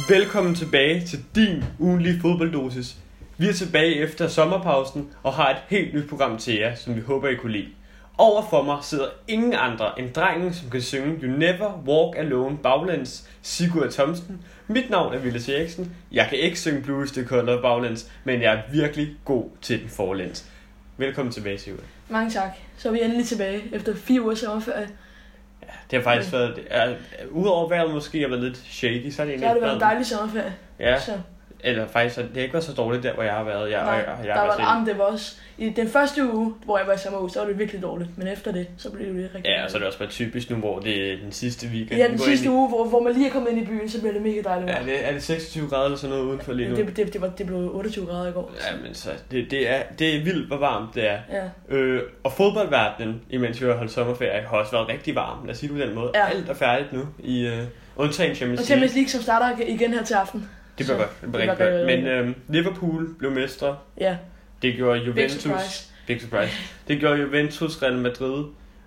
Velkommen tilbage til din ugenlige fodbolddosis. Vi er tilbage efter sommerpausen og har et helt nyt program til jer, som vi håber I kunne lide. Overfor mig sidder ingen andre end drengen, som kan synge You Never Walk Alone baglæns, Sigurd Thomsen. Mit navn er Vilas Eriksen. Jeg kan ikke synge Blue is the Color baglæns, men jeg er virkelig god til den forlæns. Velkommen tilbage, Sigurd. Mange tak. Så er vi endelig tilbage efter 4 uger sommerferie. Ja, det har faktisk været... Udover vejret måske har været lidt shaky, så er det egentlig... Så har det været en dejlig sommerferie. Ja, så. Eller faktisk, det har ikke været så dårligt der, hvor jeg har været. Det var også... I den første uge, hvor jeg var i sommerhus, så var det virkelig dårligt. Men efter det, så blev det rigtig Ja, og så er det også bare typisk nu, hvor det er den sidste weekend. Ja, den sidste uge, hvor man lige er kommet ind i byen, så bliver det mega dejligt. Ja, er det 26 grader eller sådan noget udenfor lige nu? Det blev 28 grader i går. Ja, men så det er vildt, hvor varmt det er. Ja. Og fodboldverdenen, imens vi har holdt sommerferie, har også været rigtig varm. Lad os sige det på den måde. Ja. Alt er færdigt nu i undtagen Champions League, som starter igen her til aften. Det bliver godt. Det bliver rigtig godt. Men Liverpool blev mestre. Ja. Det gjorde Juventus. Big surprise. Det gjorde Juventus, Real Madrid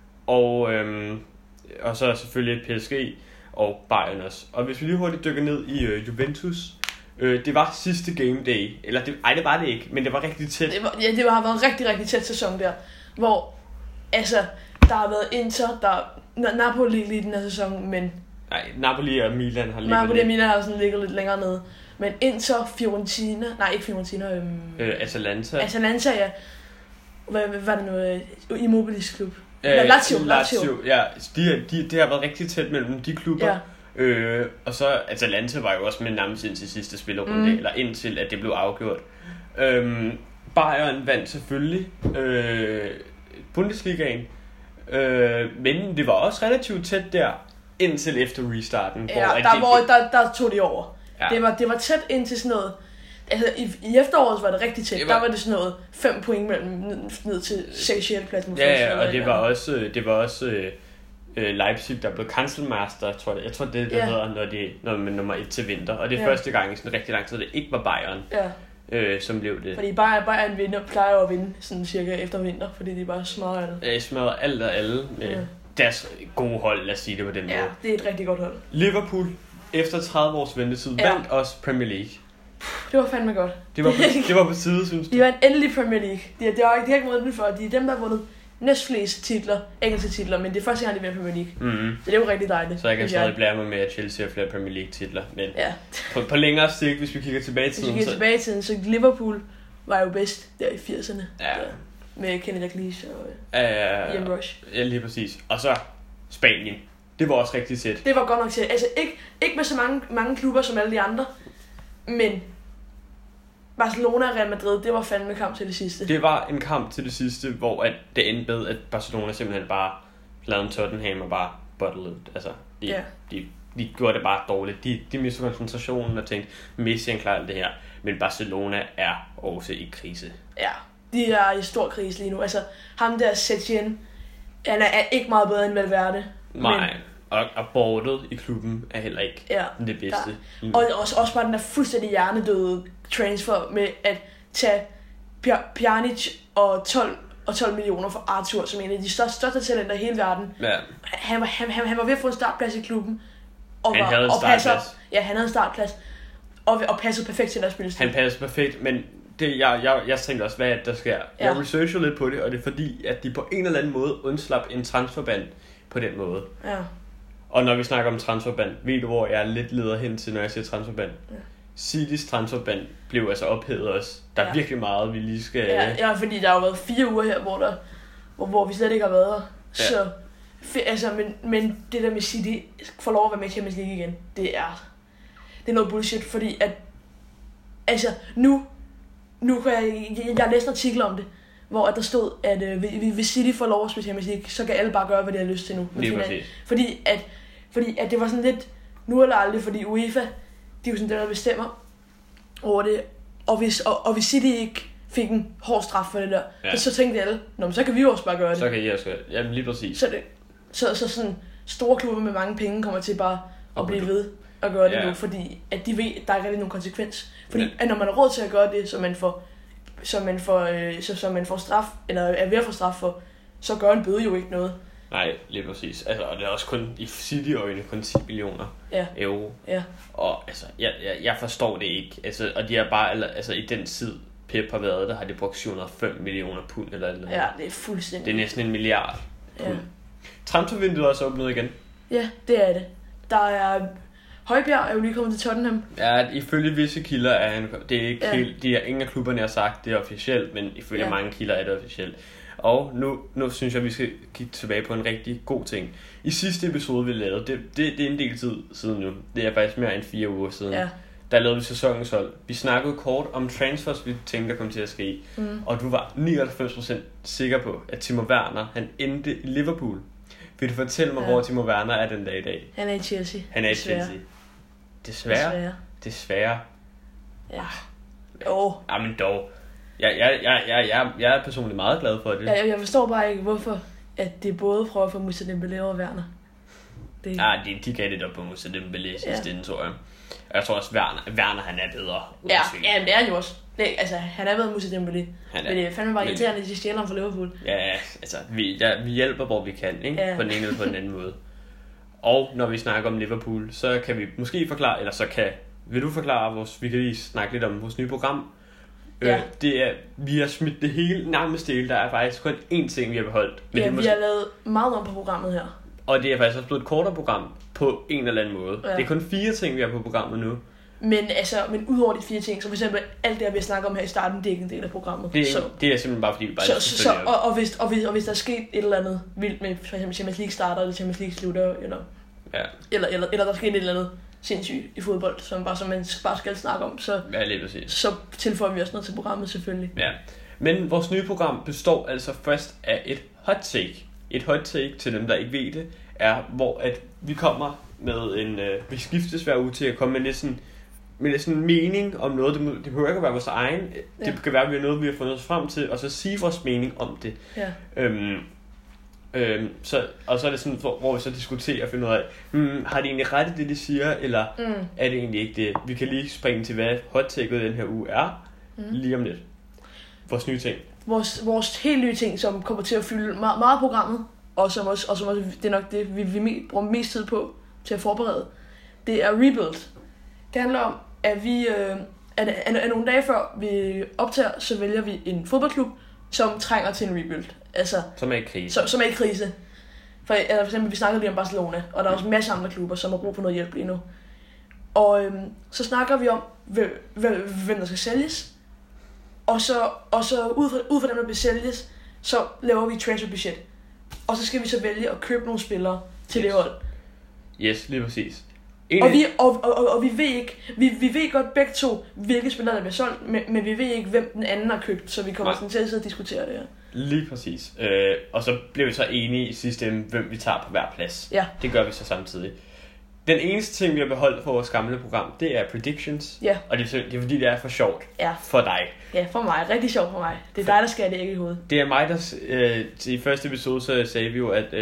og så selvfølgelig PSG og Bayern også. Og hvis vi lige hurtigt dykker ned i Juventus, det var sidste game day. Eller det var det ikke, men det var rigtig tæt. Det har været en rigtig, rigtig tæt sæson der, hvor altså der har været Inter, Napoli lige den her sæson, men Napoli og Milan har ligget lidt længere nede. Men Inter, Fiorentina, ikke Fiorentina, Atalanta, ja. Hvad var det noget? Immobilis klub. Lazio. Ja, det har været rigtig tæt mellem de klubber. Ja. Og så Atalanta var jo også med nærmest indtil sidste spillerunde, eller indtil at det blev afgjort. Bayern vandt selvfølgelig Bundesligaen, men det var også relativt tæt der, indtil efter restarten. Ja, der tog de over. Ja. Det var tæt indtil sådan noget. Altså i efteråret var det rigtig tæt. Der var det sådan noget 5 point mellem ned til 6. pladsen. Ja, og det var også Leipzig, der blev Kanzelmaster, tror jeg. Jeg tror det hedder, når man nummer 1 til vinter. Og det er første gang i sådan rigtig lang tid, det ikke var Bayern, som blev det. Fordi Bayern plejer at vinde sådan cirka efter vinter, fordi de bare smadrer alt. Ja, de smadrer alt og alle med deres gode hold, lad os sige det på den måde. Ja, det er et rigtig godt hold. Liverpool, efter 30 års ventetid, vandt også Premier League. Det var fandme godt. Det var på tide, synes du? De var en endelig Premier League. De har ikke vundet den før. De er dem, der har vundet næstflest titler, engelske titler, men det er første gang, de vinder Premier League. Mm-hmm. Så det er jo rigtig dejligt. Så jeg kan stadig blære mig med, at Chelsea har flere Premier League titler. Men på længere sigt, hvis vi kigger tilbage i tiden, så Liverpool var jo bedst der i 80'erne. Ja. Der, med Kenny Dalglish og Ian Rush. Ja, lige præcis. Og så Spanien. Det var også rigtig tæt. Det var godt nok tæt. Altså ikke med så mange klubber som alle de andre, men Barcelona og Real Madrid, det var fandme kamp til det sidste. Det var en kamp til det sidste, hvor at det endte med, at Barcelona simpelthen bare lavede en Tottenham og bare bottled. Altså, de gjorde det bare dårligt. De mistede koncentrationen og tænkte, Messi klarer alt det her. Men Barcelona er også i krise. Ja, de er i stor krise lige nu. Altså, ham der Setien, han er ikke meget bedre end Valverde. Nej, og bordet i klubben er heller ikke det bedste. Og også bare den der fuldstændig hjernedøde transfer med at tage Pjanic og 12 millioner for Arthur, som en af de største talenter i hele verden. Ja. Han var ved at få en startplads i klubben. Han havde en startplads. Han havde en startplads. Og passede perfekt til deres spilstil. Han passede perfekt, men det, jeg tænkte også, hvad der sker. Jeg researchede lidt på det, og det er fordi, at de på en eller anden måde undslap en transferband på den måde. Ja. Og når vi snakker om transferband, ved du, hvor jeg lidt leder hen til, når jeg siger transferband? Ja. Citys transferband blev altså ophævet også. Der er virkelig meget, vi lige skal... Ja, fordi der har jo været 4 uger her, hvor vi slet ikke har været her. Ja. Så, men det der med City får lov at være med i Champions League igen, det er noget bullshit, fordi at... Altså, nu kan jeg læste en artikel om det, hvor der stod, at hvis City får lov at spille Champions League, så kan alle bare gøre, hvad de har lyst til nu. Fordi at det var sådan lidt nu eller aldrig, fordi UEFA, de er jo sådan der bestemmer over det, og hvis City ikke fik en hård straf for det der, så tænkte alle, så kan vi jo også bare gøre det. Så kan I også gøre det. Jamen lige præcis. Så sådan store klubber med mange penge kommer til bare at blive ved at gøre det nu, fordi at de ved, at der er ikke rigtig nogen konsekvens. Fordi at når man har råd til at gøre det, så man får straf, eller er ved at få straf for, så gør en bøde jo ikke noget. Nej, lige præcis. Altså, og det er også kun i City-øjne kun 10 millioner euro. Ja. Og altså, jeg forstår det ikke. Altså, og de er bare, altså i den tid, Pep har været der, har de brugt 705 millioner pund eller noget. Ja, det er fuldstændig. Det er næsten 1 milliard pund. Ja. Transfervinduet er også åbnet igen. Ja, det er det. Der er Højbjerg er jo lige kommet til Tottenham. Ja, ifølge visse kilder er han, det er ikke helt, de er ingen af klubberne har sagt, det er officielt, men ifølge mange kilder er det officielt. Og nu synes jeg, vi skal kigge tilbage på en rigtig god ting. I sidste episode, vi lavede, det er en del tid siden nu. Det er faktisk mere end 4 uger siden. Ja. Der lavede vi sæsonens hold. Vi snakkede kort om transfers, vi tænkte, der kom til at ske. Og du var 99% sikker på, at Timo Werner, han endte i Liverpool. Vil du fortælle mig, hvor Timo Werner er den dag i dag? Han er i Chelsea. Han er i Chelsea. Desværre. Ja. Men dog. Jeg er personligt meget glad for det. Jeg forstår bare ikke, hvorfor at det både prøver at få Moussa Dembélé og Werner. De gav det op på Moussa Dembélé sidste ende, tror jeg. Jeg tror også, Werner han er bedre. Ja, men det er han jo også. Han er bedre Moussa Dembélé. Men det er fandme bare irriterende, at de stjæler ham fra Liverpool. Ja, altså, vi hjælper, hvor vi kan, ikke? Ja. På den ene eller på den anden måde. Og når vi snakker om Liverpool, så kan vi måske forklare, eller så vil du forklare vi kan lige snakke lidt om vores nye program. Ja. Det er, vi har smidt det hele nærmest hele. Der er faktisk kun én ting, vi har beholdt. Men vi har lavet meget om på programmet her. Og det er faktisk også blevet et kortere program på en eller anden måde. Ja. Det er kun 4 ting, vi har på programmet nu. Men udover de 4 ting, så for eksempel alt det, vi har snakket om her i starten, det er ikke en del af programmet. Det er simpelthen bare fordi vi bare og hvis der er sket et eller andet vildt med for eksempel Champions League starter, eller Champions League slutter, eller der er sket et eller andet sindssygt i fodbold, som man bare skal snakke om, så tilføjer vi også noget til programmet selvfølgelig. Ja. Men vores nye program består altså først af et hot take. Et hot take, til dem der ikke ved det, er hvor at vi kommer med vi skiftes hver uge til at komme med lidt sådan en mening om noget. Det behøver ikke at være vores egen. Det kan være, at vi har noget, vi har fundet os frem til, og så sige vores mening om det. Ja. Og så er det sådan, hvor vi så diskuterer og finder ud af, har de egentlig ret i det, de siger, eller er det egentlig ikke det? Vi kan lige springe til, hvad hot-taket den her uge er, lige om lidt. Vores nye ting. Vores helt nye ting, som kommer til at fylde meget programmet, og som også det er nok det, vi bruger mest tid på til at forberede, det er Rebuild. Det handler om, at vi nogle dage før vi optager, så vælger vi en fodboldklub, som trænger til en rebuild. Altså, som er i krise. Som er i krise. For eksempel, vi snakkede lige om Barcelona, og der er også en masse andre klubber, som har brug for noget hjælp lige nu. Og så snakker vi om, hvem der skal sælges. Og så ud fra dem, der bliver sælges, så laver vi et transferbudget. Og så skal vi så vælge at købe nogle spillere til det hold. Yes, lige præcis. Og vi ved godt begge to, hvilke spillere der bliver solgt, men vi ved ikke, hvem den anden har købt, så vi kommer sådan til at sidde og diskutere det her. Lige præcis. Og så bliver vi så enige i sidste ende, hvem vi tager på hver plads. Ja. Det gør vi så samtidig. Den eneste ting, vi har beholdt for vores gamle program, det er predictions. Ja. Og det er fordi, det er for sjovt for dig. Ja, for mig. Rigtig sjovt for mig. Det er dig, der skal have det ikke i hovedet. Det er mig, der i første episode, så sagde vi jo, at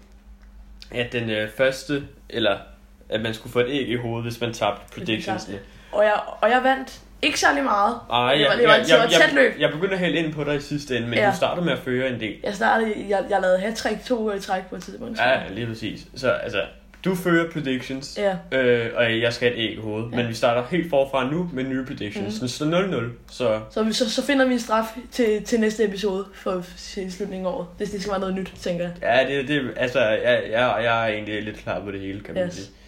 den første, eller at man skulle få et æg i hovedet, hvis man tabte predictionsne. Og jeg vandt ikke særlig meget. Det var et tæt løb. Jeg begyndte at hælde ind på dig i sidste ende, men du startede med at føre en del. Jeg lavede hat-trick 2 år i træk på et tidspunkt. Ja, lige præcis. Så altså, du fører predictions, og jeg skal have et æg i hovedet. Men vi starter helt forfra nu med nye predictions. Så 0-0. Så finder vi en straf til næste episode for slutningen af året. Det skal være noget nyt, tænker jeg. Ja, altså, jeg er egentlig lidt klar på det hele, kan man sige.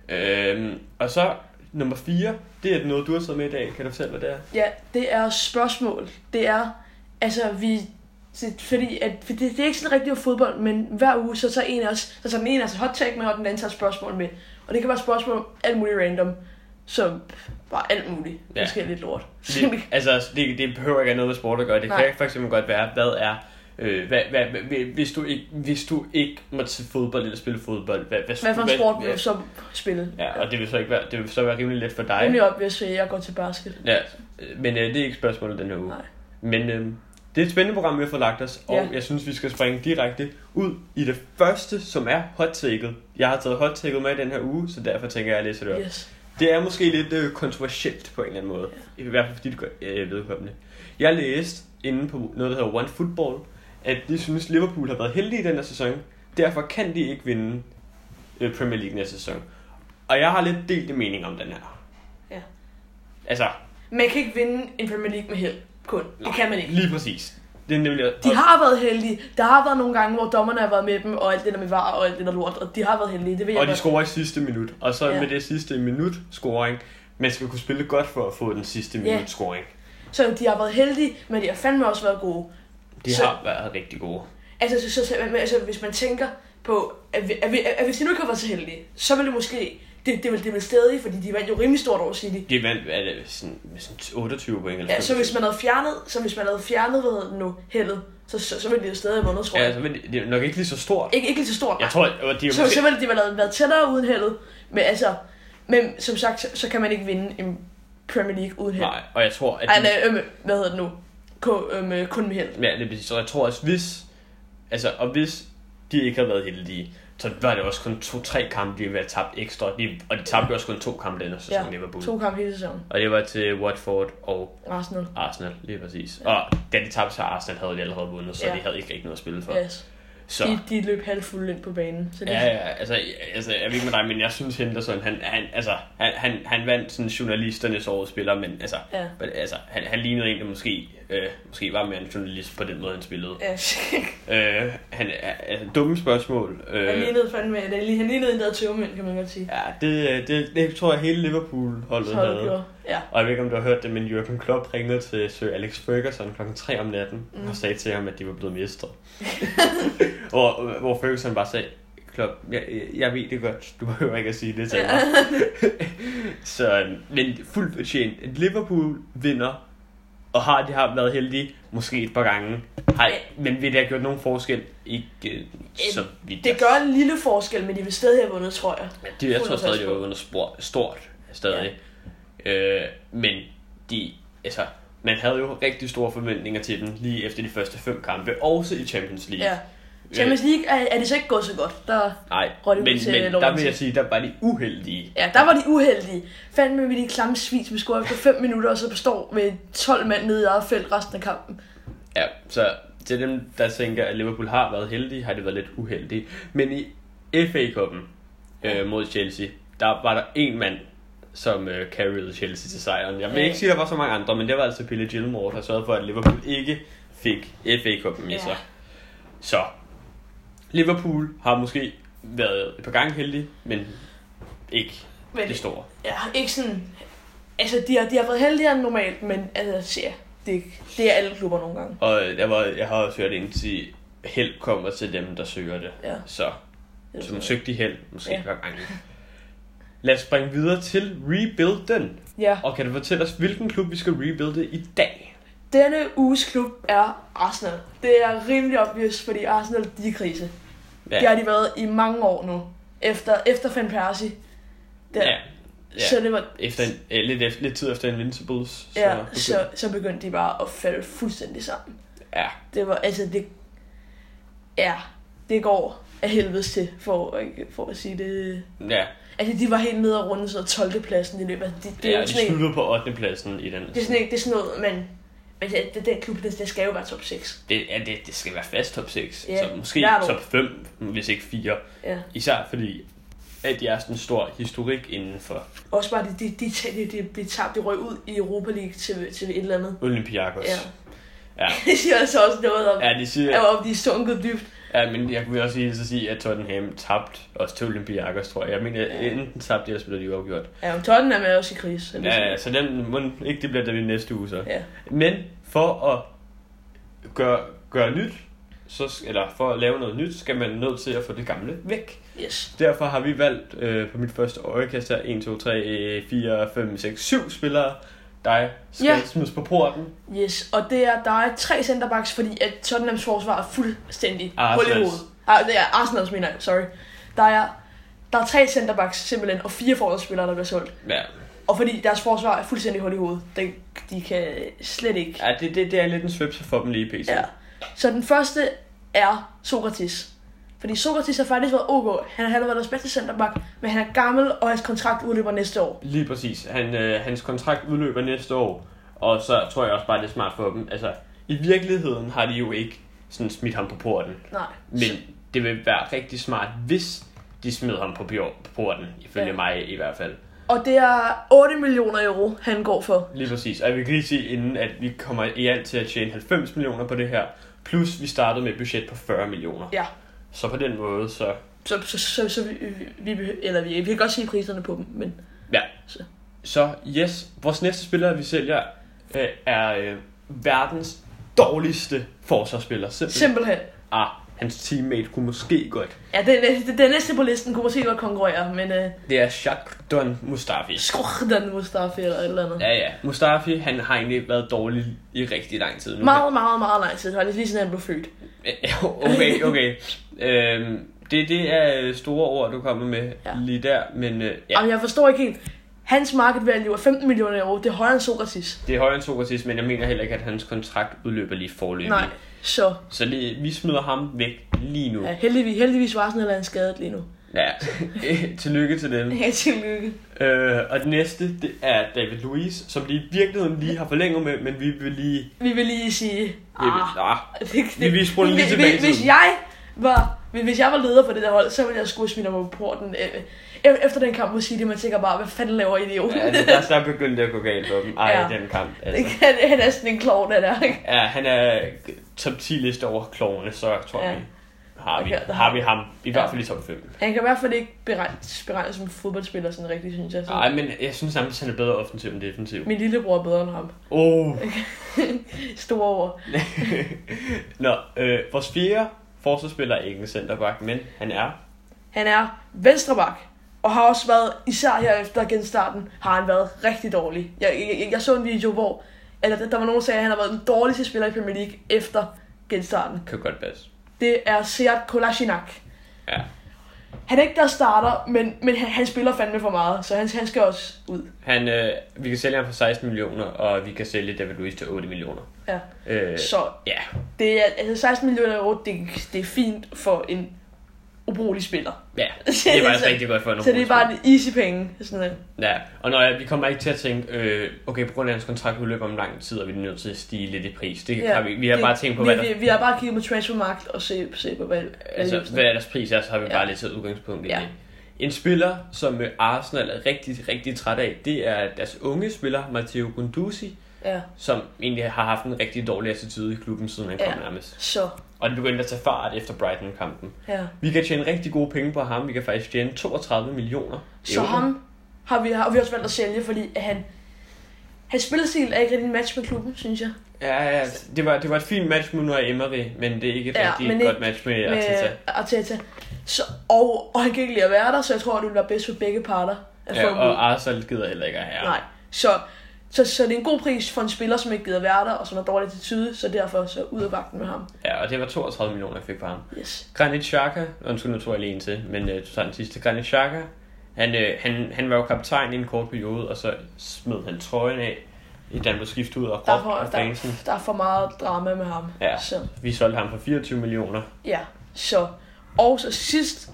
Og så nummer 4, det er noget, du har taget med i dag. Kan du fortælle, hvad det er? Ja, det er spørgsmål. Det er, altså fordi det er ikke sådan rigtigt fodbold, men hver uge, så tager den ene af os hot take med, og den anden tager spørgsmål med. Og det kan være spørgsmål om alt muligt random, som bare alt muligt. Det sker lidt lort. Det behøver ikke have noget med sport at gøre. Det kan for eksempel godt være, hvad er hvis du ikke må til fodbold eller spille fodbold, hvad for en sport vil du så spille? Ja, og det vil så være rimelig let for dig. Rimelig op, hvis jeg går til basket. Ja, men det er ikke spørgsmålet den her uge. Nej. Men det er et spændende program, vi har fået lagt os, og jeg synes, vi skal springe direkte ud i det første, som er hot-taket. Jeg har taget hot-taket med i den her uge, så derfor tænker jeg, at jeg læser det op. Yes. Det er måske lidt kontroversielt på en eller anden måde, i hvert fald fordi det gør vedkommende. Jeg læste inde på noget, der hedder OneFootball, at de synes, Liverpool har været heldige i den her sæson, Derfor kan de ikke vinde Premier League næste sæson. Og jeg har lidt delte mening om den her. Ja. Altså... Man kan ikke vinde en Premier League med held. Kun. Det kan man ikke. Lige præcis. Det er nemlig... De har været heldige. Der har været nogle gange, hvor dommerne har været med dem, og alt det der med VAR og alt det der lort, og de har været heldige. Det ved jeg og de godt. scorer i sidste minut. Og så med det sidste minut scoring, man skal kunne spille godt for at få den sidste minut scoring. Så de har været heldige, men de har fandme også været gode. De har været rigtig gode. Altså, hvis man tænker på, at hvis de nu ikke har været så heldige, så vil det måske... Det vil stadig, fordi de vandt jo rimelig stort over City. De vandt med sådan 28 point eller ja, så hvis man havde fjernet, hvad hedder det nu, heldet, så ville de jo stadig have vundet, tror jeg. Ja, så ville det nok ikke lige så stort. Ikke lige så stort. Jeg tror, de så ville de have været tættere uden heldet. Men som sagt, så kan man ikke vinde en Premier League uden held. Nej, og jeg tror, at hvad hedder det nu? Kun med held. Ja, det er præcis. Så jeg tror, at hvis de ikke havde været heldige, så var det også kun 2-3 kampe, de ville have tabt ekstra. Og de tabte også kun 2 kampe denne sæson, Liverpool. 2 kampe hele sæsonen. Og det var til Watford og Arsenal, lige præcis. Ja. Og da de tabte til Arsenal, havde de allerede vundet, så de havde ikke rigtig noget at spille for. Yes. Så. De løb halvfuldt ind på banen. Så det... Ja, altså, jeg ved ikke med dig, men jeg synes Henderson, han vandt sådan journalisternes årets spiller, men han lignede en, der måske var mere en journalist på den måde, han spillede. Ja. Dumme spørgsmål. Han lignede en der tøvmænd, kan man godt sige. Ja, det tror jeg hele Liverpool-holdet havde. Ja. Og jeg ved ikke, om du har hørt det, men Jürgen Klopp ringede til Sir Alex Ferguson kl. 3 om natten og sagde til ham, at de var blevet mestre. hvor Ferguson bare sagde, Klopp, jeg ved det godt, du behøver ikke at sige det til mig. Så, men fuldt fortjent. Liverpool vinder, og de har været heldige, måske et par gange. Men vil det have gjort nogen forskel? Ikke så vidt. Det gør en lille forskel, men de vil stadig have vundet, tror jeg. Ja, jeg tror stadig, de har vundet stort stadig. Ja. Men man havde jo rigtig store forventninger til dem lige efter de første 5 kampe, også i Champions League. Ja. Champions League er det så ikke gået så godt. Nej, men der vil jeg sige, der var de uheldige. Ja, der var de uheldige. Fandme med de klamme svin, som scorer efter 5 minutter, og så består med 12 mand nede i eget felt resten af kampen. Ja, så til dem, der tænker, at Liverpool har været heldige, har det været lidt uheldige. Men i FA-cupen mod Chelsea, der var der en mand, som carried Chelsea til sejren. Jeg vil ikke sige, at der var så mange andre, men det var altså Billy Gilmore, der sørgede for, at Liverpool ikke fik FA-cupen med sig. Så Liverpool har måske været et par gange heldige, men ikke det store. Ja, ikke sådan... Altså, de har været heldigere end normalt, men altså, det er alle klubber nogle gange. Og jeg har også hørt indtil held kommer til dem, der søger det. Ja. Så søgte de held, måske hver gang. Lad os springe videre til rebuilden. Ja. Og kan du fortælle os, hvilken klub vi skal rebuilde i dag? Denne uges klub er Arsenal. Det er rimelig obvious, fordi Arsenal, de er i krise. Ja. Det har de været i mange år nu. Efter Van Persie. Ja. Så det var... Lidt tid efter Invincibles. Så begyndte de bare at falde fuldstændig sammen. Ja. Det var, det går af helvedes til, for at sige det. Ja. Altså, de var helt nede og runde så 12. pladsen i løbet. De sluttede på 8. pladsen i den. Det er sådan noget, men den klub, det skal jo være top 6. Det skal være fast top 6. Ja, så måske top 5, hvis ikke 4. Ja. Især fordi, at de er sådan en stor historik indenfor. Også bare, de røg ud i Europa League til et eller andet. Olympiakos. Ja. Det siger altså også noget om, de er sunket dybt. Ja, men jeg kunne også sige, at Tottenham tabte også til Olympiakos, tror jeg. Jeg mener, enten tabte de, eller spillede de uafgjort. Ja, men Tottenham er også i krise. Ja, så den må ikke det bliver der i næste uge så. Ja. Men for at gøre nyt, eller for at lave noget nyt, skal man nødt til at få det gamle væk. Yes. Derfor har vi valgt på mit første øjekast her 1, 2, 3, 4, 5, 6, 7 spillere, der skal smides på porten. Yes, og der er 3 centerbacks, fordi at Tottenhams forsvar er fuldstændig hul i hovedet. Det er Arsenals, mener jeg, sorry. Der er 3 centerbacks simpelthen, og 4 forsvarsspillere, der bliver solgt. Ja. Og fordi deres forsvar er fuldstændig hul i hovedet. De kan slet ikke... Ja, det er lidt en svipser for dem lige i PC. Ja. Så den første er Sokratis. Fordi Sokratis har faktisk været OK. Han har været deres bedste centerback, men han er gammel, og hans kontrakt udløber næste år. Lige præcis. Hans kontrakt udløber næste år, og så tror jeg også bare, det er smart for dem. Altså, i virkeligheden har de jo ikke sådan smidt ham på porten. Nej. Men det vil være rigtig smart, hvis de smider ham på porten, ifølge mig i hvert fald. Og det er 8 millioner euro, han går for. Lige præcis. Og jeg vil lige sige inden, at vi kommer i alt til at tjene 90 millioner på det her. Plus vi startede med et budget på 40 millioner. Ja. Så på den måde, så vi kan godt sige priserne på dem, men... Ja. Så yes, vores næste spiller, vi sælger, er verdens dårligste forsvarsspiller. Simpelthen. Hans teammate kunne måske godt. Ja, den næste på listen kunne måske godt konkurrere, men... Det er Shakhdon Mustafi. Shakhdon Mustafi eller et eller andet. Ja. Mustafi, han har egentlig været dårlig i rigtig lang tid nu. Meget lang tid. Han er lige sådan, han blev født. Okay. Det er store ord, du kommer med lige der, men ja. Jamen, jeg forstår ikke helt. Hans market value er 15 millioner euro. Det er højere end Sokratis. Det er højere end Sokratis, men jeg mener heller ikke, at hans kontrakt udløber lige forløbig. Nej, så vi smider ham væk lige nu. Ja, heldigvis var sådan en skadet lige nu. Ja, tillykke til dem. Ja, tillykke. Og det næste, det er David Luiz, som de i virkeligheden lige har forlænget med, men vi vil lige sige... Vi spruller lige tilbage til Hvis jeg var leder for det der hold, så ville jeg skulle smide mig på porten. Efter den kamp, må sige, man tænker bare, hvad fanden laver idioten? Ja, der begyndte det at gå galt for dem. Den kamp. Altså. Han er sådan en klovn, der er, ikke? Ja, han er top 10 liste over klovne, så tror jeg, har vi ham. I hvert fald i top 5. Han kan i hvert fald ikke beregnes som fodboldspiller, sådan rigtigt, synes jeg. Nej, men jeg synes samtidig, han er bedre offensiv end defensiv. Min lillebror er bedre end ham. Store ord. Vores 4. forsvarsspiller er ikke en centerback, men han er venstreback. Og har også været, især her efter genstarten, har han været rigtig dårlig. Jeg så en video, hvor der var nogen, der sagde, at han har været den dårligste spiller i Premier League efter genstarten. Kan godt passe. Det er Sead Kolasinac. Ja. Han er ikke der starter, men han spiller fandme for meget, så han skal også ud. Vi kan sælge ham for 16 millioner, og vi kan sælge David Luiz til 8 millioner. Ja. Så det er, altså 16 millioner euro, det er fint for en ubrugelig spiller. Ja, det er faktisk rigtig godt for en ubrugelig spiller. Så det er bare en easy penge. Sådan ja, og vi kommer ikke til at tænke, okay, på grund af hans kontrakt udløber om lang tid, og vi er nødt til at stige lidt i pris. Det har vi har bare tænkt på, vi har bare kigget på transfermarkedet og se på, hvad deres pris er, så har vi bare lidt taget udgangspunkt i det. En spiller, som Arsenal er rigtig, rigtig træt af, det er deres unge spiller, Matteo Guendouzi, som egentlig har haft en rigtig dårlig attitude i klubben, siden han kom nærmest. Så. Og det begyndte at tage fart efter Brighton-kampen. Ja. Vi kan tjene rigtig gode penge på ham. Vi kan faktisk tjene 32 millioner. Så ham har vi også valgt at sælge, fordi hans spillestil er ikke rigtig en match med klubben, synes jeg. Ja, det var et fint match med Unai Emery, men det er ikke et rigtig godt match med Arteta. Så, og han kan ikke lide at være der, så jeg tror, det vil være bedst for begge parter. Og Arsenal gider heller ikke at have. Nej, så det er en god pris for en spiller, som ikke gider være der, og som er dårlig attitude, så derfor så ud af vagten med ham. Ja, og det var 32 millioner, jeg fik for ham. Yes. Granit Xhaka, nu tror jeg lige en til, men du tager den sidste. Granit Xhaka, han var jo kaptajn i en kort periode, og så smed han trøjen af, i den blev skiftet ud og råbt af fansen. Der er for meget drama med ham. Ja, så. Vi solgte ham for 24 millioner. Ja, så. Og så sidst,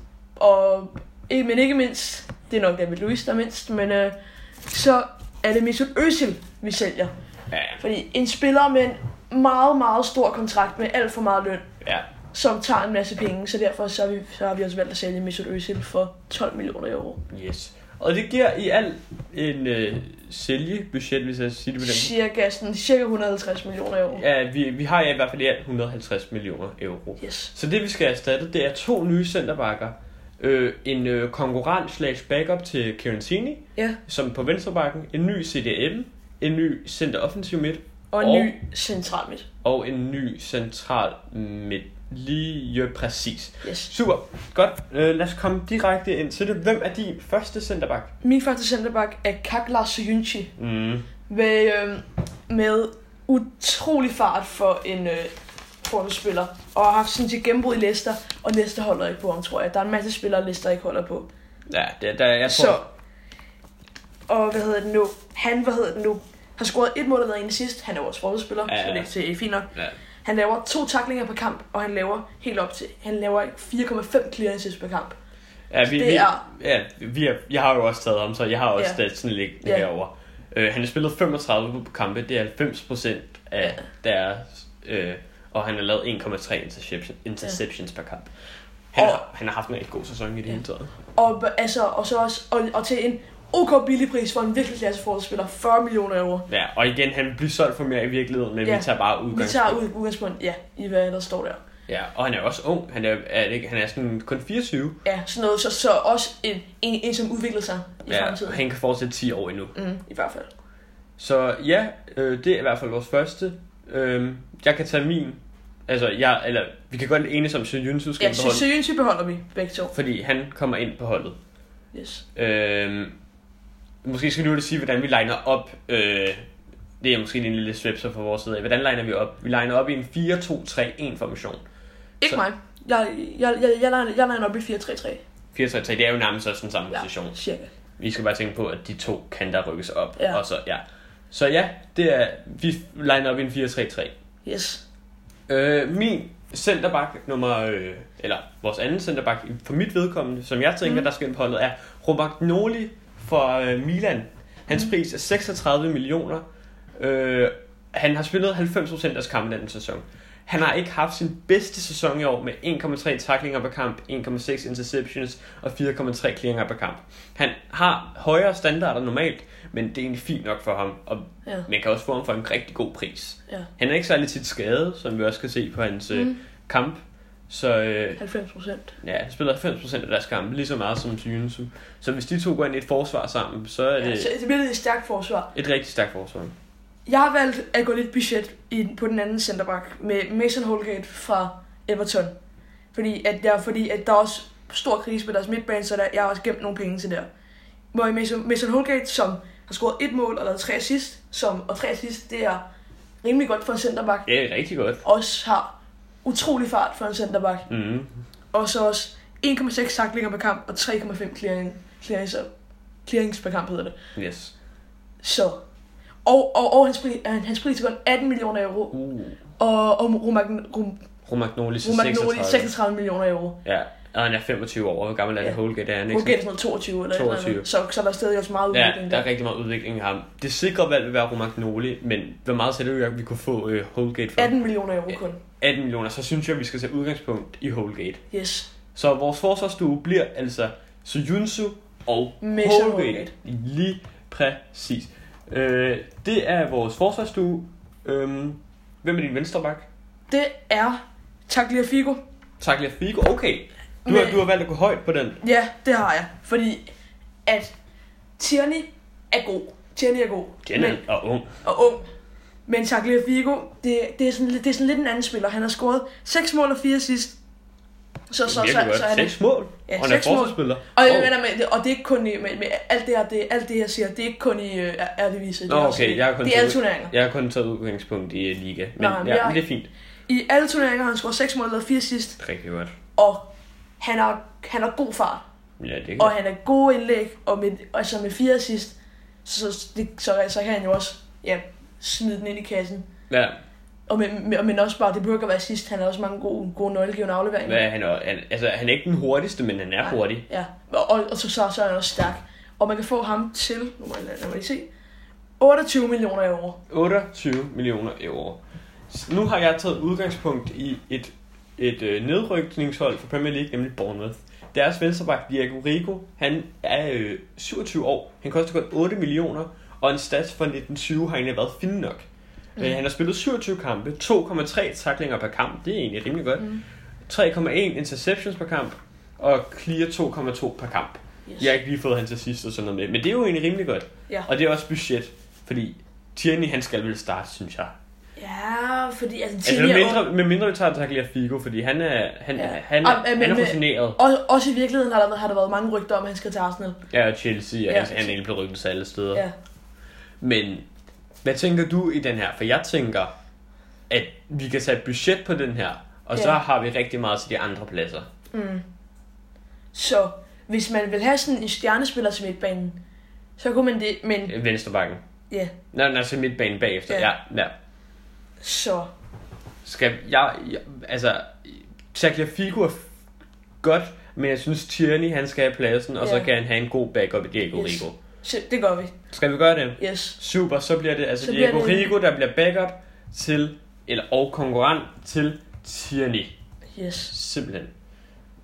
men ikke mindst, det er nok David Luiz, der er mindst, men så er det Mesut Özil, vi sælger. Ja. Fordi en spiller med en meget, meget stor kontrakt med alt for meget løn, som tager en masse penge, så derfor så har vi også valgt at sælge Mesut Özil for 12 millioner euro. Yes. Og det giver i alt en sælgebudget, hvis jeg siger det på den. Cirka 150 millioner euro. Ja, vi har i hvert fald i alt 150 millioner euro. Yes. Så det vi skal erstatte, det er 2 nye centerbacker. En konkurrent/backup til Kieran, som på venstrebacken, en ny CDM, en ny center-offensiv midt, og en ny central midt. Og en ny central midt. Lige præcis. Yes. Super, godt. Lad os komme direkte ind til det. Hvem er din første centerback? Min første centerback er Kakla Soyuncu. Med utrolig fart for en spiller, og har haft sådan til gennembrud i Leicester, og Leicester holder ikke på ham, tror jeg. Der er en masse spillere, Leicester ikke holder på. Ja, jeg tror... Så, og han har scoret 1 mål eller en sidst. Han er vores forspiller, så det er fint nok. Ja. Han laver 2 tacklinger per kamp, og han laver helt op til 4,5 clearances per kamp. Jeg har jo også taget ham, så jeg har også sådan lidt herovre. Han har spillet 35 kampe, det er 90% af deres, og han har lavet 1,3 interceptions per kamp. Han har haft en rigtig god sæson i det hele taget. Og så også og til en OK billig pris for en virkelig klasseforspiller, 40 millioner euro. Ja, og igen, han bliver solgt for mere i virkeligheden, men vi tager bare udgangspunkt. Vi tager udgangspunkt, i hvad der står der. Ja, og han er også ung. Han er sådan kun 24. Ja, sådan noget. Så også en som udvikler sig i fremtiden. Ja, han kan fortsætte 10 år endnu. I hvert fald. Så ja, det er i hvert fald vores første. Jeg kan tage min. Altså, vi kan godt enes om Söyüncü skal beholde. Ja, Söyüncü beholder vi begge to. Fordi han kommer ind på holdet. Yes. Måske skal du lige sige, hvordan vi liner op. Det er måske en lille svipser fra vores side af. Hvordan liner vi op? Vi liner op i en 4-2-3-1 formation. Ikke mig. Jeg liner op i 4-3-3. 4-3-3, det er jo nærmest også den samme position. Cirka. Vi skal bare tænke på, at de to kanter rykkes op. Ja. Og så ja, det er, vi liner op i en 4-3-3. Yes. Min centerback eller vores anden centerback for mit vedkommende, som jeg tænker, der skal ind på holdet, er Romagnoli fra Milan. Hans pris er 36 millioner. Han har spillet 90% af kampen den sæson. Han har ikke haft sin bedste sæson i år med 1,3 tacklinger per kamp, 1,6 interceptions og 4,3 clearinger per kamp. Han har højere standarder normalt, men det er egentlig fint nok for ham, og man kan også få ham for en rigtig god pris. Ja. Han er ikke særlig tit skadet, som vi også kan se på hans kamp. Så 90%. Ja, han spiller 90% af deres kampe, lige så meget som Söyüncü. Så hvis de to går ind i et forsvar sammen, så er det... så det bliver et stærkt forsvar. Et rigtig stærkt forsvar. Jeg har valgt at gå lidt budget på den anden centerback med Mason Holgate fra Everton. Fordi at der er også stor krise på deres midtbane, så jeg har også gemt nogle penge til der. Hvor Mason Holgate, som har scoret 1 mål og lavet 3 assist, og 3 assist, det er rimelig godt for en centerback. Ja, det er rigtig godt. Også har utrolig fart for en centerback. Mm-hmm. Og så også 1,6 tacklinger per kamp og 3,5 clearings per kamp hedder det. Yes. Så og hans pris er godt 18 millioner euro. Og Romagnoli 36 millioner euro. Ja, og han er 25 år. Hvor gammel er det Holgate? Holgate er sådan noget 22 eller 22. Så der er stadig også meget udvikling. Ja, der er rigtig meget udvikling i ham. Det sikre valg vil være Romagnoli, men hvor meget sætter du, at vi kunne få Holgate for? 18 millioner euro kun. 18 millioner, så synes jeg, at vi skal tage udgangspunkt i Holgate. Yes. Så vores forsvarsstue bliver altså Söyüncü og Holgate. Lige præcis. Det er vores forsvarsstue. Hvem er din venstreback? Det er Tagliafico. Tagliafico, okay. Du har valgt at gå højt på den. Ja, det har jeg. Fordi at Tierney er god. Tierney og ung. Men Tagliafico, det er sådan lidt en anden spiller. Han har scoret 6 mål og 4 assist. Så han 6 mål? Ja, og han er forsvarsspiller. Og det er ikke kun med alt det jeg siger, det er ikke kun i Eredivisie. Det er alle turneringer. Jeg har kun taget udgangspunkt i liga, men men det er fint. I alle turneringer har han scoret 6 mål og 4 assist. Rigtig godt. Og han har god fart. Ja, det kan. Og han er god indlæg, og med 4 assist, så kan han jo også smide den ind i kassen. Ja. Men også bare, det behøver ikke at være sidst. Han har også mange gode nøglegivende afleveringer. Ja, han er ikke den hurtigste, men han er hurtig. Ja, og så er han også stærk. Og man kan få ham til, nu må jeg lige se, 28 millioner euro. 28 millioner euro. Nu har jeg taget udgangspunkt i et nedrykningshold for Premier League, nemlig Bournemouth. Deres venstreback, Diego Rico, han er 27 år. Han koster godt 8 millioner, og en stats for 1920 har egentlig været fin nok. Han har spillet 27 kampe, 2,3 tacklinger per kamp, det er egentlig rimelig godt. 3,1 interceptions per kamp, og clear 2,2 per kamp. Yes. Jeg har ikke lige fået hans assist og sådan noget med, men det er jo egentlig rimelig godt. Ja. Og det er også budget, fordi Tierney, han skal vel starte, synes jeg. Ja, fordi Tierney med mindre vi tager Tagliafico, fordi han er rutineret. Også i virkeligheden har der været mange rygter om, at han skal til Arsenal. Ja, og Chelsea, og han er egentlig blevet rygtet til alle steder. Ja. Men hvad tænker du i den her? For jeg tænker, at vi kan tage et budget på den her, og så har vi rigtig meget til de andre pladser. Så hvis man vil have sådan en stjernespiller til midtbanen, så kunne man det, men... Venstrebakken. Ja. Nej, så midtbanen bagefter. Ja. Så... Skal jeg altså... Tagliafico er godt, men jeg synes Tierney, han skal have pladsen, og så kan han have en god backup i Diego Rico. Det gør vi. Skal vi gøre det? Yes. Super, så bliver det altså Diego Rico, der bliver backup til, og konkurrent til Tierney. Yes. Simpelthen.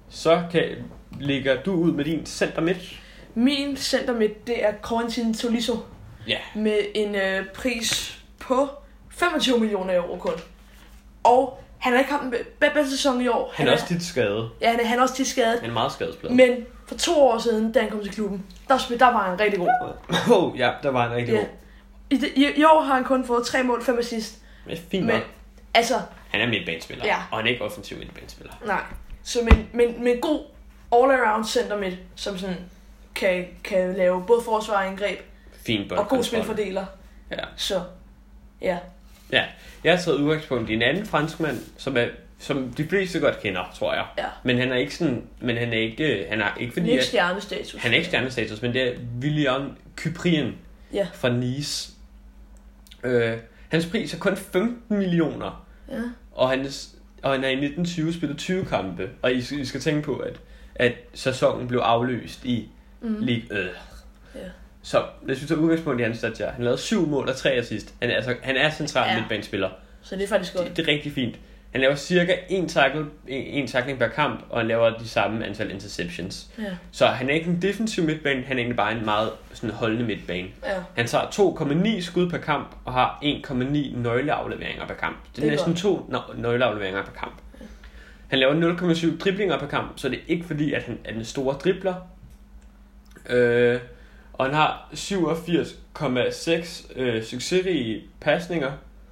så ligger du ud med din center midt. Min center midt, det er Corentin Tolisso. Ja. Med en pris på 25 millioner euro kun. Og han har ikke haft en bedste sæson i år. Han er også tit skadet. Ja, han er også tit skadet. Han er meget skadespladet. Men for 2 år siden, da han kom til klubben, der var han rigtig god. Ja, der var han rigtig god. I år har han kun fået 3 mål, 5 assist. Det er fint. Men, altså, han er midtbanespiller, og han er ikke offensiv midtbanespiller. Nej, så men god all-around center midt, som sådan kan lave både forsvar og angreb. Fint og god spilfordeler. Ja. Så, ja. Ja, jeg har taget udgangspunkt i en anden franskmand, som de fleste godt kender, tror jeg. Ja. Men han er ikke sådan, han er ikke fordi ikke stjernestatus. Han er ikke stjernestatus, men det er William Cyprien fra Nice. Hans pris er kun 15 millioner. Ja. Og han er i 1920 spillet 20 kampe, og I skal tænke på at sæsonen blev afløst i Ligue 1. Ja. Så hvis vi tager udgangspunkt i hans stats, han lavede 7 mål og 3 assist. Han er central midtbanespiller. Så det er faktisk godt. Det er rigtig fint. Han laver cirka en tackling per kamp, og han laver de samme antal interceptions. Ja. Så han er ikke en defensiv midtbane, han er egentlig bare en meget sådan holdende midtbane. Ja. Han tager 2,9 skud per kamp, og har 1,9 nøgleafleveringer per kamp. Det er næsten 2 nøgleafleveringer per kamp. Ja. Han laver 0,7 driblinger per kamp, så det er ikke fordi, at han er den store dribler. Og han har 87,6 succesrige pasninger.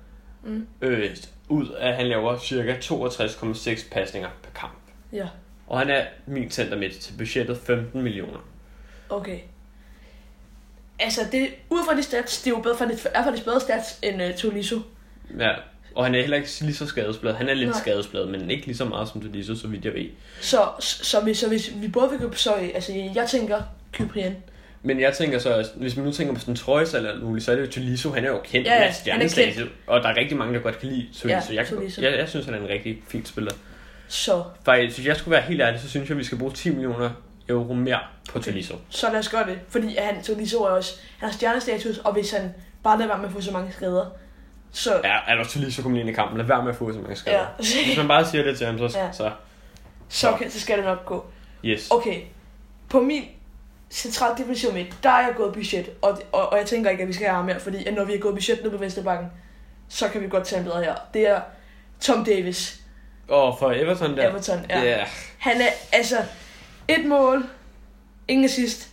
Ud af, at han laver cirka 62,6 pasninger per kamp. Ja. Og han er min center midt til budgettet 15 millioner. Okay. Altså, ud fra de stats, det er jo faktisk bedre stats end Tolisso. Ja, og han er heller ikke lige så skadesbladet. Han er lidt skadesbladet, men ikke lige så meget som Tolisso, så vidt jeg ved. Så hvis vi både vil købe jeg tænker Cyprien. Men jeg tænker så, hvis man nu tænker på sådan en trøjs eller muligt, så er det jo Tolisso. Han er jo kendt med stjernestatus, og der er rigtig mange, der godt kan lide Tolisso. Jeg synes, han er en rigtig fin spiller. Så. Hvis jeg skulle være helt ærlig, så synes jeg, vi skal bruge 10 millioner euro mere på Tolisso. Så lad os gøre det, fordi Tolisso er også, han har stjernestatus, og hvis han bare lader være med at få så mange skader, så... Ja, altså Tolisso kommer ind i kampen, lad være med at få så mange skader. Ja. Hvis man bare siger det til ham, så skal det nok gå. Yes. Okay, på min central defensiv midt, der er jeg gået budget, og jeg tænker ikke, at vi skal have ham mere, fordi når vi er gået budget nu på Vesterbakken, så kan vi godt tage en bedre her. Det er Tom Davis. For Everton der? Everton, ja. Yeah. Han er, altså, 1 mål, ingen assist,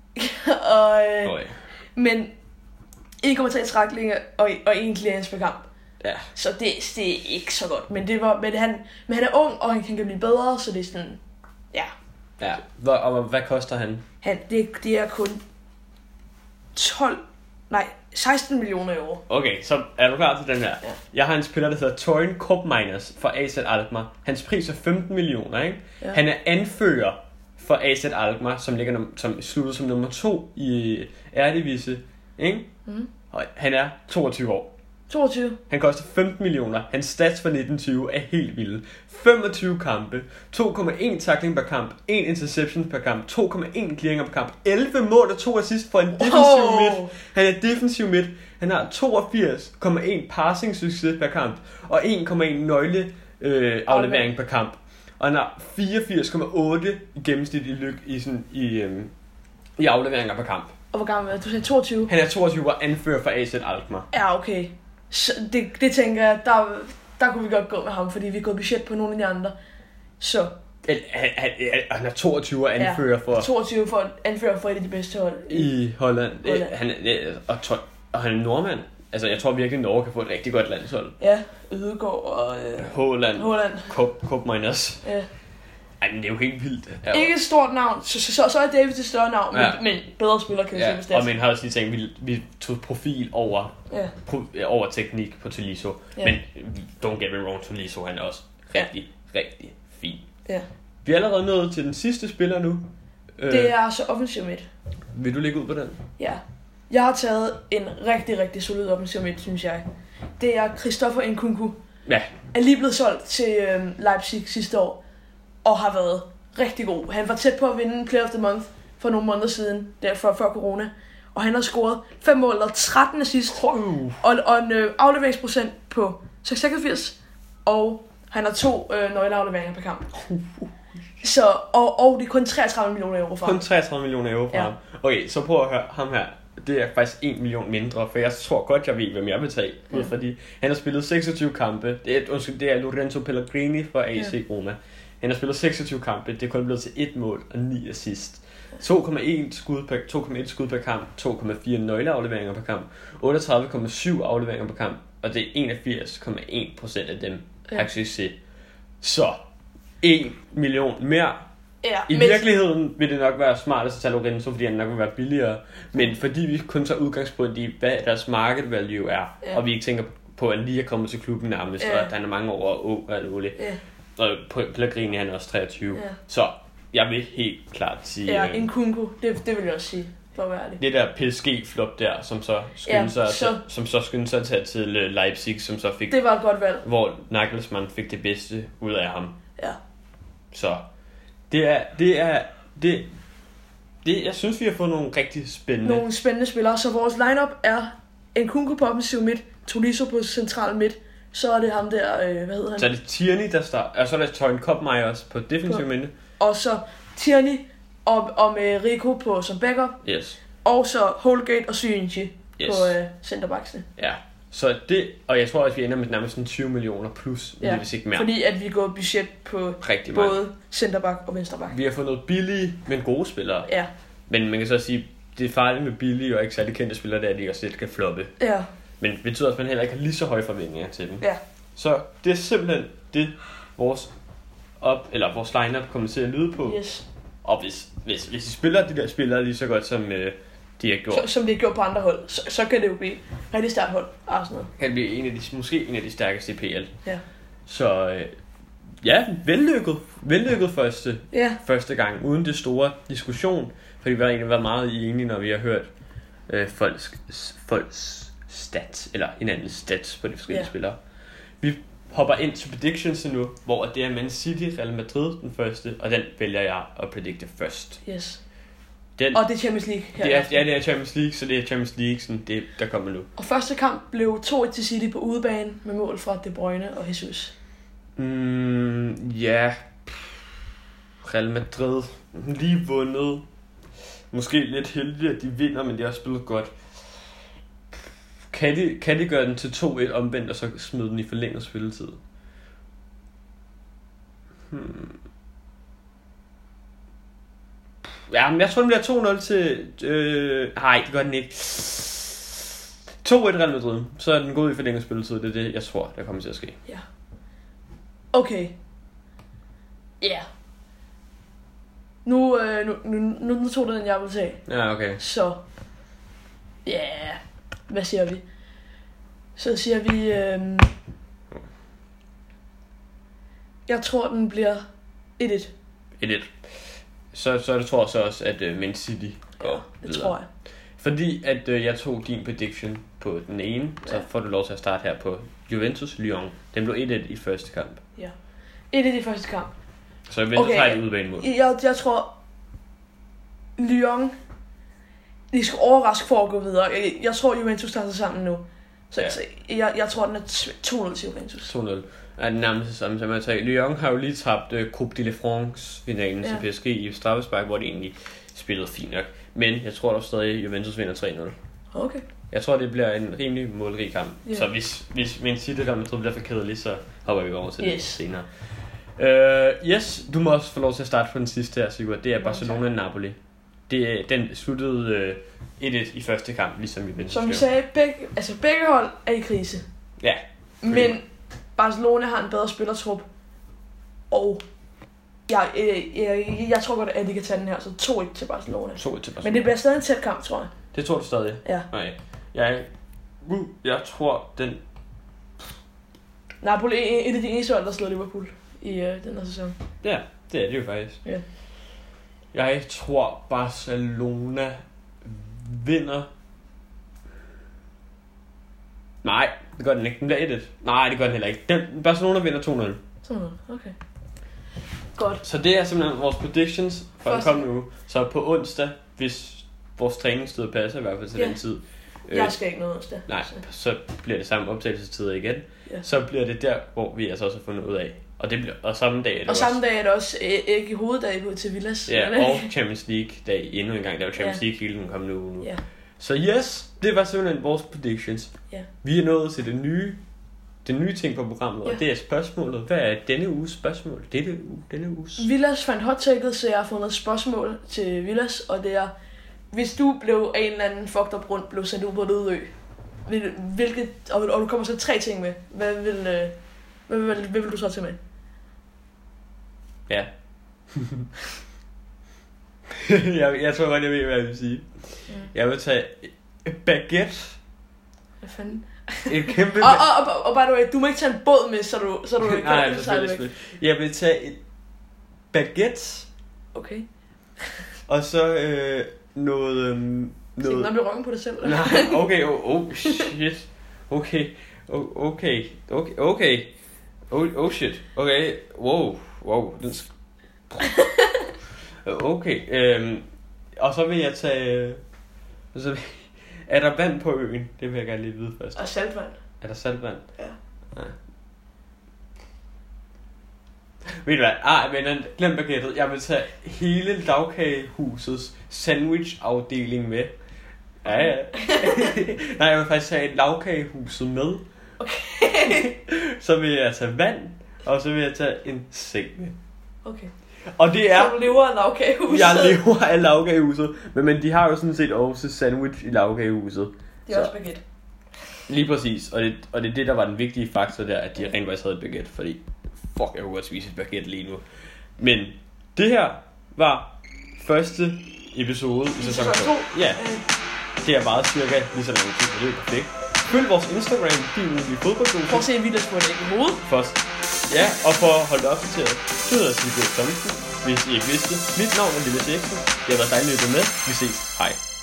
men 1,3 træklinger og 1 clearance per kamp. Ja. Så det er ikke så godt, men han er ung, og han kan blive bedre, så det er sådan, ja. Ja, og hvad koster han? Det er kun 16 millioner euro. Okay, så er du klar til den her? Ja. Jeg har en spiller, der hedder Torin Koopmeiners fra AZ Alkmaar. Hans pris er 15 millioner, ikke? Ja. Han er anfører for AZ Alkmaar, som sluttede som nummer 2 i Eredivisie, ikke? Mm. Og han er 22 år. 22. Han koster 15 millioner. Hans stats for 1920 er helt vilde. 25 kampe, 2,1 tackling per kamp, 1 interception per kamp, 2,1 clearinger per kamp, 11 mål og 2 assist for en defensiv midt. Han er defensiv midt. Han har 82,1 passing succes per kamp og 1,1 nøgle aflevering per kamp. Og han har 84,8 i gennemsnit i afleveringer per kamp. Og hvor gammel er du? 22? Han er 22 og anfører for AZ Alkmaar. Ja, okay. Så det tænker jeg, der kunne vi godt gå med ham, fordi vi er gået budget på nogle af de andre. Så. Han er 22 og anfører for... 22 for anfører for et af de bedste hold. I Holland. Og han er nordmand. Altså, jeg tror virkelig, Norge kan få et rigtig godt landshold. Ja, Ødegaard og... Haaland. Koopmeiners. Ja. Ej, men det er jo helt vildt. Ja. Ikke et stort navn, så er Davis et større navn, men bedre spillere kan vi se. Og man har også lige tænkt, vi tog profil over teknik på Tolisso. Ja. Men don't get me wrong, Tolisso han er også rigtig, rigtig fin. Ja. Vi er allerede nået til den sidste spiller nu. Det er så offensiv midt. Vil du lægge ud på den? Ja. Jeg har taget en rigtig, rigtig solid offensiv midt, synes jeg. Det er Christopher Nkunku. Ja. Er lige blevet solgt til Leipzig sidste år. Og har været rigtig god. Han var tæt på at vinde Player of the Month for nogle måneder siden, før corona. Og han har scoret 5 mål og 13 assist. Og en afleveringsprocent på 86. Og han har 2 nøgleafleveringer per kamp. Så, og det er kun 33 millioner euro for ham. Kun 33 millioner euro for ham. Okay, så prøv at høre ham her. Det er faktisk 1 million mindre, for jeg tror godt, jeg ved, hvem jeg vil tage. Fordi han har spillet 26 kampe. Det er Lorenzo Pellegrini fra AC Roma. Han har spillet 26 kampe. Det er kun blevet til 1 mål og 9 assist. 2,1 skud per kamp, 2,4 nøgleafleveringer per kamp, 38,7 afleveringer per kamp, og det er 81,1% af dem har succes. Så 1 million mere. Ja, I virkeligheden vil det nok være smart at tage Lorenzo, fordi han nok vil være billigere. Men fordi vi kun tager udgangspunkt i, hvad deres market value er, og vi ikke tænker på, at han lige er kommet til klubben nærmest, og at han er mange år og alt muligt. Og Pellegrini han er også 23. Så jeg vil helt klart sige... Ja, Nkunku, det vil jeg også sige, for at være ærlig. Det der PSG-flop der, som så skyndte sig at tage til Leipzig, som så fik... Det var et godt valg. Hvor Nagelsmann fik det bedste ud af ham. Ja. Så jeg synes, vi har fået nogle rigtig spændende spillere. Så vores lineup er Nkunku på offensiv midt, Tolisso på central midt, så er det ham der, hvad hedder han? Så er det Tierney, der starter, og så er det Tøjen Kopmeier også på defensiv midt. Og så Tierney og med Rico på som backup. Yes. Og så Holgate og Syrinchi på centerbacksene. Ja. Så det, og jeg tror også, vi ender med nærmest 20 millioner plus, hvis ikke mere. Fordi at vi går budget på rigtig både centerback og venstreback. Vi har fået noget billige, men gode spillere. Ja. Men man kan så sige, det er farligt med billige og ikke særlig kendte spillere, der de også lidt kan floppe. Ja. Men det betyder også, at man heller ikke har lige så høje forventninger til dem. Ja. Så det er simpelthen det, vores lineup kommer til at lyde på. Yes. Og hvis I spiller de der spillere lige så godt, som de har gjort. Som de har gjort på andre hold, så kan det jo blive rigtig stærkt hold, Arsenal. Kan det blive måske en af de stærkeste i PL. Ja. Så vellykket første gang, uden det store diskussion. Fordi vi har egentlig været meget enige, når vi har hørt folks stats, eller hinandens stats på de forskellige spillere. Vi hopper ind til predictions nu, hvor det er Man City, Real Madrid den første, og den vælger jeg at predikte først. Yes. Og det er Champions League her. Det er Champions League, så det er Champions League, sådan det, der kommer nu. Og første kamp blev 2-1 til City på udebane med mål fra De Bruyne og Jesus. Real Madrid lige vundet. Måske lidt heldigt, at de vinder, men de har spillet godt. Kan de gøre den til 2-1 omvendt, og så smide den i forlænget spilletid? Ja, men jeg tror, den bliver 2-0 til... nej, det gør den ikke. 2-1 Real Madrid. Så er den gået i forlænget spilletid. Det er det, jeg tror, der kommer til at ske. Ja. Okay. Ja. Yeah. Nu tog det den, jeg vil tage. Ja, okay. Så. Ja. Yeah. Hvad siger vi? Så siger vi... jeg tror, den bliver 1-1. 1-1. Så det tror jeg så også, at Man City går det videre. Tror jeg. Fordi at jeg tog din prediction på den ene, så får du lov til at starte her på Juventus Lyon. Den blev 1-1 i første kamp. Ja. 1-1 i første kamp. Så Juventus har et udbanemål. Jeg tror, Lyon, de skal overraske for at gå videre. Jeg tror, Juventus tager sig sammen nu. Så jeg tror, den er 2-0 til Juventus. 2-0. Er det nærmest det samme som jeg tager. Lyon har jo lige tabt Coupe de France-finalen til PSG i straffespark, hvor de egentlig spillede fint nok. Men jeg tror dog stadig, Juventus vinder 3-0. Okay. Jeg tror, det bliver en rimelig målrig kamp. Yeah. Så hvis Man City der med bliver for kedeligt, så hopper vi over til det senere. Du må også få lov til at starte på den sidste her, Sigurd. Det er Barcelona-Napoli. Den sluttede 1-1 i første kamp, ligesom Juventus. Som vi sagde, begge hold er i krise. Ja. Men Barcelona har en bedre spillertrup. Og jeg tror godt, at de kan tage den her. Så 2-1 til Barcelona. 2-1 til Barcelona. Men det bliver stadig en tæt kamp, tror jeg. Det tror du stadig? Ja. Okay. Jeg tror, den... Napoli er et af de eneste hold, der slår Liverpool i den her sæson. Ja, det er det jo faktisk. Ja. Jeg tror, Barcelona vinder... Nej, det gør den ikke. Den bliver 1-1. Nej, det gør den heller ikke. Barcelona vinder 2-0. 2-0, okay. Godt. Så det er simpelthen vores predictions for den kommende uge. Så på onsdag, hvis vores træningstid passer, i hvert fald til den tid. Jeg skal ikke noget onsdag. Nej, så bliver det samme optagelsestider igen. Ja. Så bliver det der, hvor vi altså også har fundet ud af, Og samme dag er det og samme dag er det også ikke hoveddag på til Villas. Ja, og Champions League dag endnu en gang. Der var Champions League hele den kommende uge nu. Ja. Så yes, det var simpelthen vores predictions. Ja. Vi er nået til det nye ting på programmet, og det er spørgsmålet. Hvad er denne uges spørgsmål? Denne uges? Villas fandt hot-taget, så jeg har fundet et spørgsmål til Villas, og det er, hvis du blev af en eller anden fucked up grund, blev sendt ud på en øde ø, hvilket, og du kommer så 3 ting med, hvad vil du så til med? Ja. jeg tror godt, jeg ved, hvad jeg vil sige. Jeg vil tage baguette. Hvad fanden? Et kæmpe... og by the way, du må ikke tage en båd med, så du ikke nej, selvfølgelig. Jeg vil tage et baguette. Okay. Og så noget... Så ikke noget røven på dig selv? Nej, okay, shit. Okay. Oh shit. Okay, wow. Okay, og så vil jeg tage... Er der vand på øen? Det vil jeg gerne lige vide først. Og saltvand. Er der saltvand? Ja. Ved du hvad? Men glem baguettet. Jeg vil tage hele lavkagehusets sandwich-afdeling med. Ja. Nej, jeg vil faktisk tage et lavkagehuset med. Okay. Så vil jeg tage vand, og så vil jeg tage en seng med. Okay. Og det er... Så du lever af lavkagehuset? Jeg lever af lavkagehuset. Men de har jo sådan set også sandwich i lavkagehuset. Det er også baguette. Lige præcis. Og det er det, der var den vigtige faktor der, at de rent faktisk havde et baguette. Fordi, jeg kunne godt spise et baguette lige nu. Men det her var første episode i sæson 2. Ja. Det er meget cirka lige så lang tid, og det er perfekt. Følg vores Instagram, din ugenlige fodbolddosis. For at se Villas på det ikke i hovedet. Først. Ja, og for at holde det opdateret, så hedder jeg Sigurd Thomsen, hvis I ikke vidste. Mit navn er Lille Seksen. Det har været dejligt at være med. Vi ses. Hej.